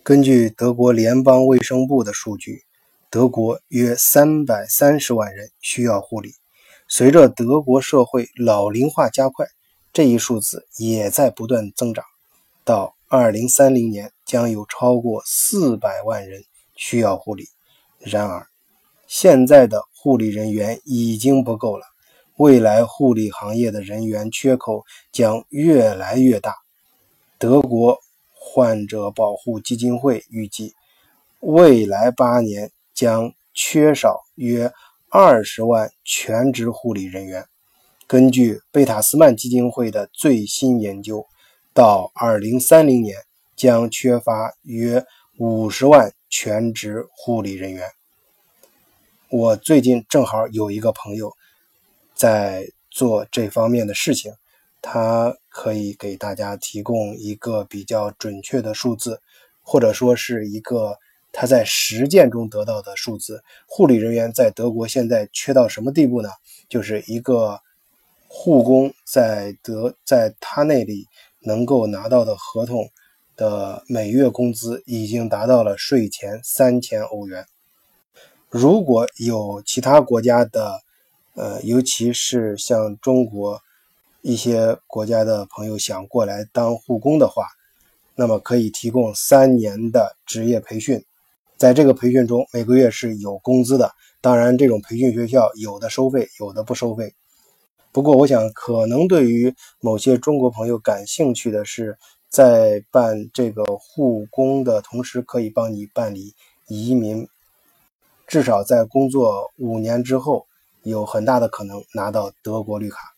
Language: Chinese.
根据德国联邦卫生部的数据，德国约330万人需要护理。随着德国社会老龄化加快，这一数字也在不断增长，到2030年将有超过400万人需要护理。然而，现在的护理人员已经不够了，未来护理行业的人员缺口将越来越大。德国患者保护基金会预计，未来8年将缺少约20万全职护理人员。根据贝塔斯曼基金会的最新研究，到2030年将缺乏约50万全职护理人员。我最近正好有一个朋友在做这方面的事情，他可以给大家提供一个比较准确的数字，或者说是一个他在实践中得到的数字。护理人员在德国现在缺到什么地步呢？就是一个护工在他那里能够拿到的合同的每月工资已经达到了税前3000欧元。如果有其他国家的尤其是像中国一些国家的朋友想过来当护工的话，那么可以提供3年的职业培训。在这个培训中每个月是有工资的，当然这种培训学校有的收费，有的不收费。不过我想可能对于某些中国朋友感兴趣的是，在办这个护工的同时可以帮你办理移民，至少在工作5年之后有很大的可能拿到德国绿卡。